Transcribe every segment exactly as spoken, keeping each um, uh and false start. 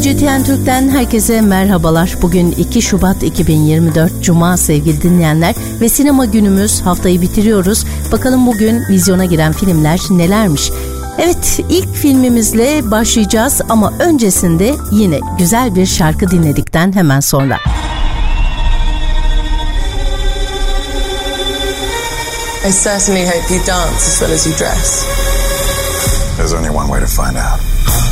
C T N Türk'ten herkese merhabalar. Bugün iki Şubat iki bin yirmi dört Cuma sevgili dinleyenler ve sinema günümüz, haftayı bitiriyoruz. Bakalım bugün vizyona giren filmler nelermiş? Evet, ilk filmimizle başlayacağız ama öncesinde yine güzel bir şarkı dinledikten hemen sonra. I certainly hope you dance as well as you dress. There's only one way to find out.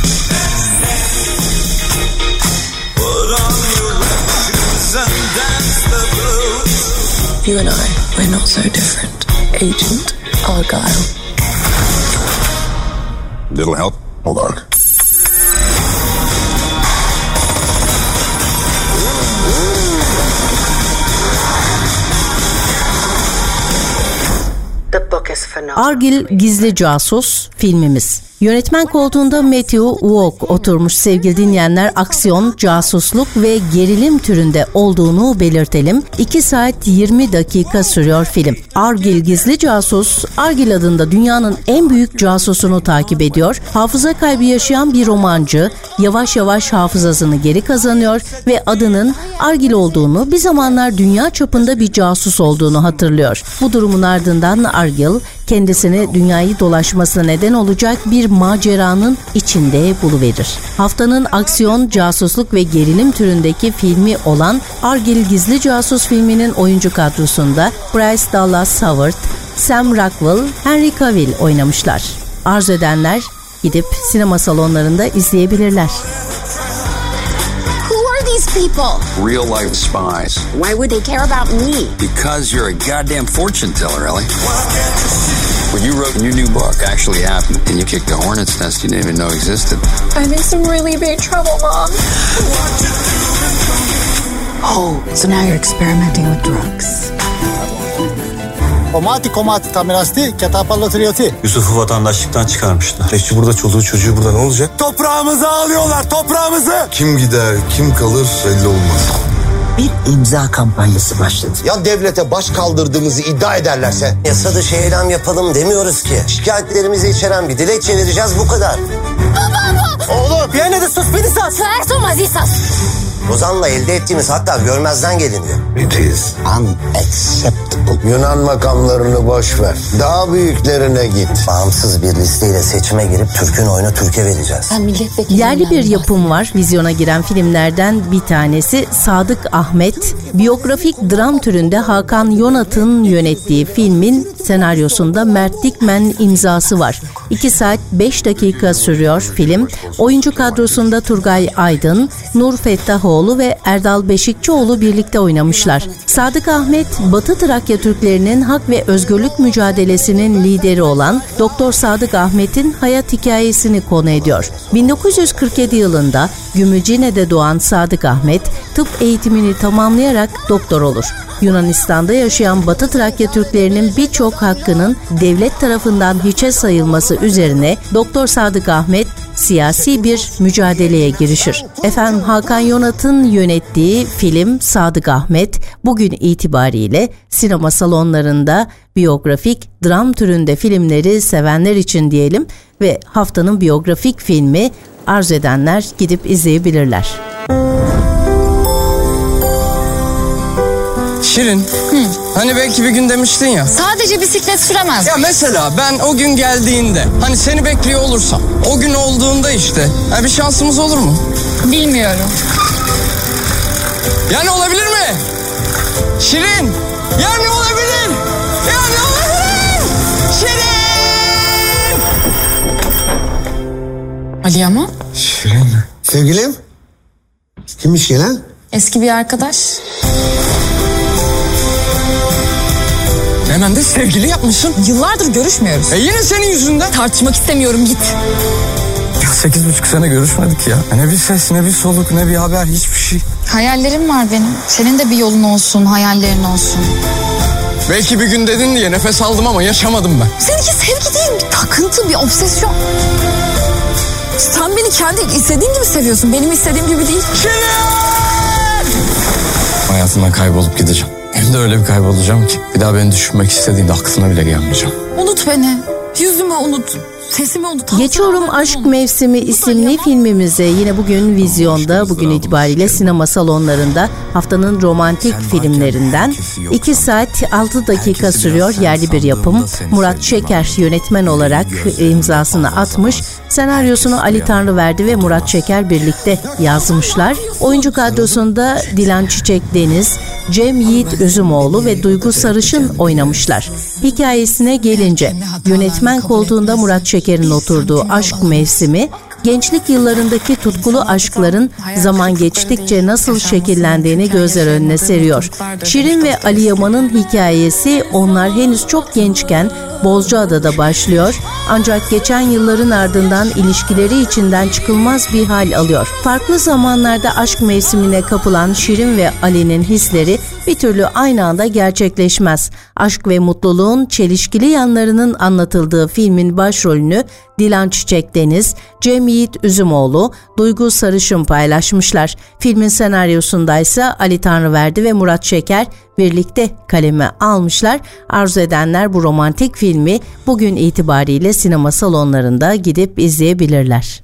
Put on your red shoes and dance the blues. You and I, we're not so different. Agent Argyle. Little help? Hold on. Argyll Gizli Casus filmimiz. Yönetmen koltuğunda Matthew Vaughn oturmuş sevgili dinleyenler, aksiyon, casusluk ve gerilim türünde olduğunu belirtelim. iki saat yirmi dakika sürüyor film. Argyll Gizli Casus, Argyll adında dünyanın en büyük casusunu takip ediyor. Hafıza kaybı yaşayan bir romancı yavaş yavaş hafızasını geri kazanıyor ve adının Argyll olduğunu, bir zamanlar dünya çapında bir casus olduğunu hatırlıyor. Bu durumun ardından Argyll kendisini dünyayı dolaşmasına neden olacak bir maceranın içinde buluverir. Haftanın aksiyon, casusluk ve gerilim türündeki filmi olan Argyll Gizli Casus filminin oyuncu kadrosunda Bryce Dallas Howard, Sam Rockwell, Henry Cavill oynamışlar. Arzu edenler gidip sinema salonlarında izleyebilirler. People. Real life spies. Why would they care about me? Because you're a goddamn fortune teller, Ellie. What you wrote in your new book actually happened, and you kicked a hornet's nest you didn't even know existed. I'm in some really big trouble, Mom. Oh, so now you're experimenting with drugs. Komati komati tamirasti ketapallatrioti. Yusuf'u vatandaşlıktan çıkarmışlar. Bekçi burada, çoluğu çocuğu burada, ne olacak? Toprağımızı alıyorlar, toprağımızı. Kim gider, kim kalır belli olmaz. Bir imza kampanyası başladı. Ya devlete baş kaldırdığımızı iddia ederlerse? Yasa dışı eylem yapalım demiyoruz ki. Şikayetlerimizi içeren bir dilekçe vereceğiz, bu kadar. Baba! Oğlum, viene de sus pedisas. Suerto mazisas. Ozan'la elde ettiğimiz haklar görmezden geliniyor. It is unacceptable. Yunan makamlarını boş ver. Daha büyüklerine git. Bağımsız bir listeyle seçime girip Türk'ün oyunu Türk'e vereceğiz. Yerli bir yapım var. Vizyona giren filmlerden bir tanesi Sadık Ahmet. Biyografik dram türünde Hakan Yonat'ın yönettiği filmin senaryosunda Mert Dikmen imzası var. iki saat beş dakika sürüyor film. Oyuncu kadrosunda Turgay Aydın, Nur Fettahoğlu ve Erdal Beşikçioğlu birlikte oynamışlar. Sadık Ahmet, Batı Trakya Türklerinin hak ve özgürlük mücadelesinin lideri olan Doktor Sadık Ahmet'in hayat hikayesini konu ediyor. bin dokuz yüz kırk yedi yılında Gümülcine'de doğan Sadık Ahmet, tıp eğitimini tamamlayarak doktor olur. Yunanistan'da yaşayan Batı Trakya Türklerinin birçok hakkının devlet tarafından hiçe sayılması üzerine Doktor Sadık Ahmet siyasi bir mücadeleye girişir. Efendim, Hakan Yonat'ın yönettiği film Sadık Ahmet bugün itibariyle sinema salonlarında biyografik dram türünde filmleri sevenler için diyelim ve haftanın biyografik filmi, arzu edenler gidip izleyebilirler. Şirin, Hı. hani belki bir gün demiştin ya. Sadece bisiklet süremez. Ya mesela ben o gün geldiğinde, hani seni bekliyor olursam, o gün olduğunda işte, ha bir şansımız olur mu? Bilmiyorum. Yani olabilir mi? Şirin, yani olabilir. Yani olabilir. Şirin! Ali Yaman? Şirin. Sevgilim? Kimmiş gelen? Eski bir arkadaş. Hemen de sevgili yapmışsın. Yıllardır görüşmüyoruz. E yine senin yüzünden. Tartışmak istemiyorum, git. Ya sekiz buçuk sene görüşmedik ya. Ne bir ses, ne bir soluk, ne bir haber, hiçbir şey. Hayallerim var benim. Senin de bir yolun olsun, hayallerin olsun. Belki bir gün dedin diye nefes aldım ama yaşamadım ben. Seninki sevgi değil, bir takıntı, bir obsesyon. Sen beni kendi istediğin gibi seviyorsun. Benim istediğim gibi değil. Şirin! Hayatından kaybolup gideceğim. Hem de öyle bir kaybolacağım ki bir daha beni düşünmek istediğinde aklına bile gelmeyeceğim. Unut beni. Yüzümü unut. Teslim oldu. Geçiyorum Aşk Mevsimi isimli filmimize. Yine bugün vizyonda, bugün itibariyle sinema salonlarında haftanın romantik filmlerinden. iki saat altı dakika sürüyor, yerli bir yapım. Murat Şeker yönetmen olarak imzasını atmış. Senaryosunu Ali Tanrıverdi ve Murat Şeker birlikte yazmışlar. Oyuncu kadrosunda Dilan Çiçek Deniz, Cem Yiğit Üzümoğlu ve Duygu Sarışın oynamışlar. Hikayesine gelince, yönetmen koltuğunda Murat Şeker'in oturduğu Aşk Mevsimi, gençlik yıllarındaki tutkulu aşkların zaman geçtikçe nasıl şekillendiğini gözler önüne seriyor. Şirin ve Ali Yaman'ın hikayesi onlar henüz çok gençken Bozcaada'da başlıyor, ancak geçen yılların ardından ilişkileri içinden çıkılmaz bir hal alıyor. Farklı zamanlarda aşk mevsimine kapılan Şirin ve Ali'nin hisleri bir türlü aynı anda gerçekleşmez. Aşk ve mutluluğun çelişkili yanlarının anlatıldığı filmin başrolünü Dilan Çiçek Deniz, Cem Yiğit Üzümoğlu, Duygu Sarışın paylaşmışlar. Filmin senaryosundaysa Ali Tanrıverdi ve Murat Şeker birlikte kaleme almışlar. Arzu edenler bu romantik filmi bugün itibariyle sinema salonlarında gidip izleyebilirler.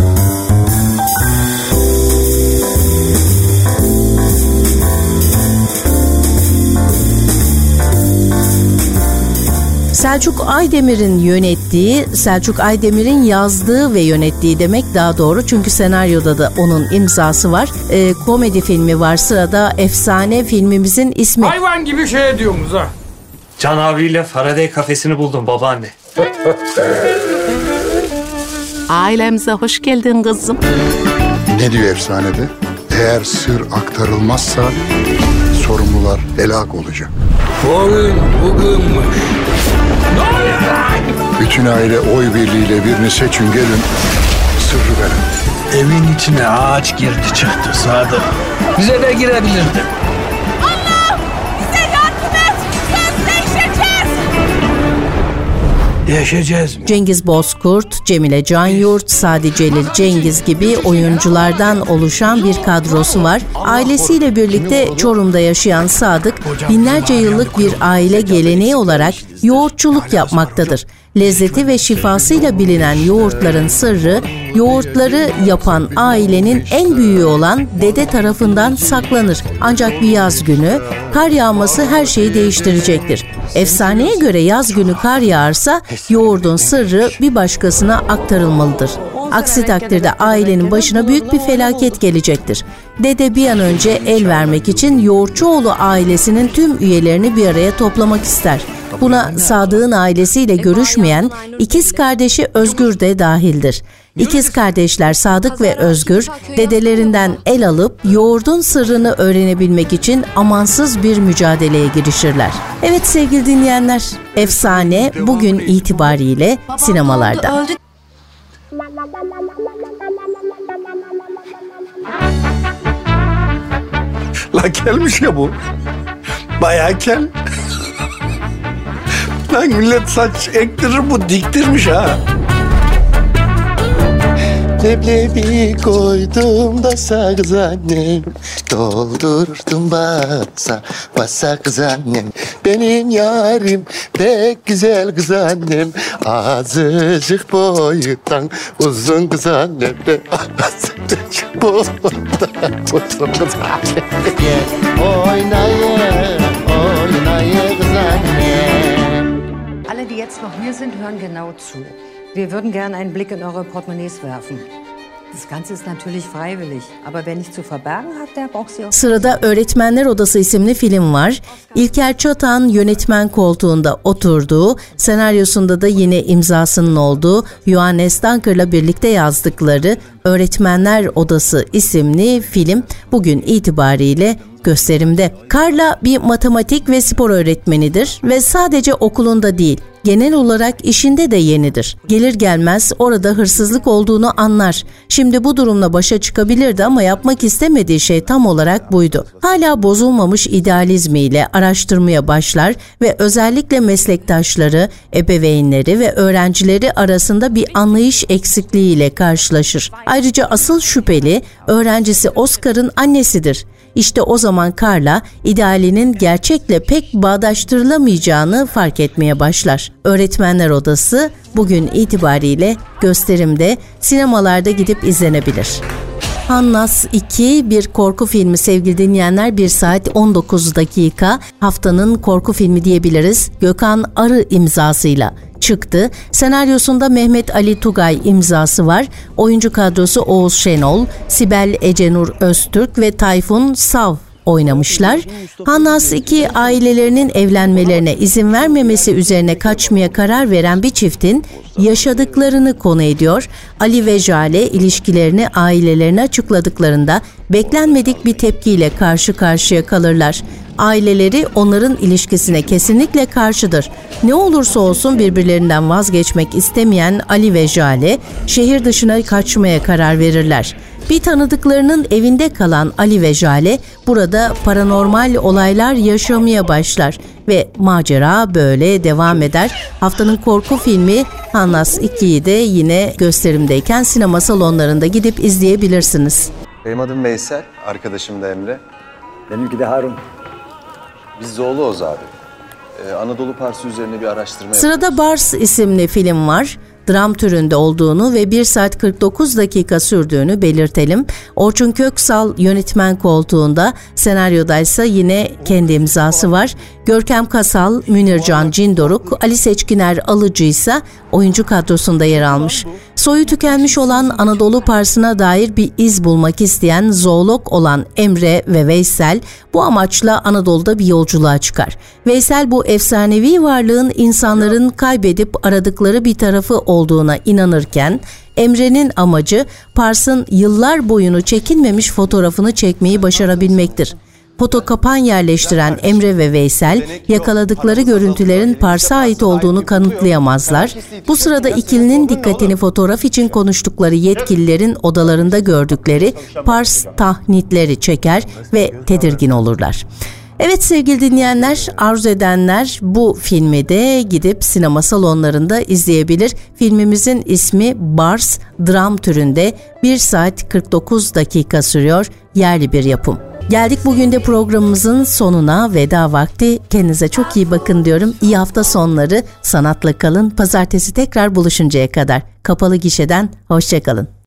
Selçuk Aydemir'in yönettiği, Selçuk Aydemir'in yazdığı ve yönettiği demek daha doğru. Çünkü senaryoda da onun imzası var. E, komedi filmi var sırada. Efsane filmimizin ismi. Hayvan gibi şey ediyorsunuz ha. Can abiyle Faraday kafesini buldum babaanne. Ailemize hoş geldin kızım. Ne diyor efsanede? Eğer sır aktarılmazsa sorumlular helak olacak. Bugün bugünmüş. Ne oluyor lan? Bütün aile oy birliğiyle birini seçin, gelin sırrı verin. Evin içine ağaç girdi çıktı Sadık. Bize de girebilirdi. Allah! Bize yardım et! Biz değişeceğiz! Değişeceğiz mi? Cengiz Bozkurt, Cemile Canyurt, Sadi Celil Cengiz gibi oyunculardan oluşan bir kadrosu var. Ailesiyle birlikte Çorum'da yaşayan Sadık, binlerce yıllık bir aile geleneği olarak yoğurtçuluk yapmaktadır. Lezzeti ve şifasıyla bilinen yoğurtların sırrı, yoğurtları yapan ailenin en büyüğü olan dede tarafından saklanır. Ancak bir yaz günü kar yağması her şeyi değiştirecektir. Efsaneye göre yaz günü kar yağarsa yoğurdun sırrı bir başkasına aktarılmalıdır. Aksi takdirde ailenin başına büyük bir felaket gelecektir. Dede bir an önce el vermek için Yoğurtçuoğlu ailesinin tüm üyelerini bir araya toplamak ister. Buna Sadık'ın ailesiyle görüşmeyen ikiz kardeşi Özgür de dahildir. İkiz kardeşler Sadık ve Özgür dedelerinden el alıp yoğurdun sırrını öğrenebilmek için amansız bir mücadeleye girişirler. Evet sevgili dinleyenler, efsane bugün itibariyle sinemalarda. La gelmiş ya bu. Bayağı kel. Lan millet saç ektirir, bu diktirmiş ha. Leblebi koydum da sakız annem, doldurdum basa basa kız annem. Benim yarim pek güzel kız annem, azıcık boyuttan uzun kız annem. Azıcık boyuttan uzun kız annem. Oynayın, oynayın kız annem. Alle, die jetzt noch hier sind, hören genau zu. Wir würden gerne einen Blick in eure Portemonnaies werfen. Das Ganze ist natürlich freiwillig, aber wer nichts zu verbergen hat, der braucht sie auch. Sırada Öğretmenler Odası isimli film var. İlker Çatan yönetmen koltuğunda oturduğu, senaryosunda da yine imzasının olduğu Johannes Danker'la birlikte yazdıkları Öğretmenler Odası isimli film bugün itibariyle gösterimde. Carla bir matematik ve spor öğretmenidir ve sadece okulunda değil, genel olarak işinde de yenidir. Gelir gelmez orada hırsızlık olduğunu anlar. Şimdi bu durumla başa çıkabilirdi ama yapmak istemediği şey tam olarak buydu. Hala bozulmamış idealizmiyle araştırmaya başlar ve özellikle meslektaşları, ebeveynleri ve öğrencileri arasında bir anlayış eksikliğiyle karşılaşır. Ayrıca asıl şüpheli öğrencisi Oscar'ın annesidir. İşte o zaman Carla idealinin gerçekle pek bağdaştırılamayacağını fark etmeye başlar. Öğretmenler Odası bugün itibariyle gösterimde, sinemalarda gidip izlenebilir. Hannas iki bir korku filmi sevgili dinleyenler, bir saat on dokuz dakika, haftanın korku filmi diyebiliriz. Gökhan Arı imzasıyla çıktı. Senaryosunda Mehmet Ali Tugay imzası var. Oyuncu kadrosu Oğuz Şenol, Sibel Ecenur Öztürk ve Tayfun Sav oynamışlar. Hannas iki ailelerinin evlenmelerine izin vermemesi üzerine kaçmaya karar veren bir çiftin yaşadıklarını konu ediyor. Ali ve Jale ilişkilerini ailelerine açıkladıklarında beklenmedik bir tepkiyle karşı karşıya kalırlar. Aileleri onların ilişkisine kesinlikle karşıdır. Ne olursa olsun birbirlerinden vazgeçmek istemeyen Ali ve Jale şehir dışına kaçmaya karar verirler. Bir tanıdıklarının evinde kalan Ali ve Jale burada paranormal olaylar yaşamaya başlar ve macera böyle devam eder. Haftanın korku filmi Hannas ikiyi de yine gösterimdeyken sinema salonlarında gidip izleyebilirsiniz. Benim adım Veysel, arkadaşım da Emre. Benimki de Harun. Biz zooloğuz abi. Ee, Anadolu Parsı üzerine bir araştırma Sırada yapıyoruz. Bars isimli film var. Dram türünde olduğunu ve bir saat kırk dokuz dakika sürdüğünü belirtelim. Orçun Köksal yönetmen koltuğunda, senaryodaysa yine kendi imzası var. Görkem Kasal, Münircan Cindoruk, Ali Seçkiner Alıcı ise oyuncu kadrosunda yer almış. Soyu tükenmiş olan Anadolu Parsı'na dair bir iz bulmak isteyen zoolog olan Emre ve Veysel bu amaçla Anadolu'da bir yolculuğa çıkar. Veysel bu efsanevi varlığın insanların kaybedip aradıkları bir tarafı olduğuna inanırken Emre'nin amacı Pars'ın yıllar boyunu çekinmemiş fotoğrafını çekmeyi başarabilmektir. Fotokapan yerleştiren Emre ve Veysel yakaladıkları görüntülerin Pars'a ait olduğunu kanıtlayamazlar. Bu sırada ikilinin dikkatini fotoğraf için konuştukları yetkililerin odalarında gördükleri Pars tahnitleri çeker ve tedirgin olurlar. Evet sevgili dinleyenler, arzu edenler bu filmi de gidip sinema salonlarında izleyebilir. Filmimizin ismi Bars, dram türünde, bir saat kırk dokuz dakika sürüyor, yerli bir yapım. Geldik bugün de programımızın sonuna, veda vakti. Kendinize çok iyi bakın diyorum. İyi hafta sonları, sanatla kalın. Pazartesi tekrar buluşuncaya kadar. Kapalı Gişeden hoşça kalın.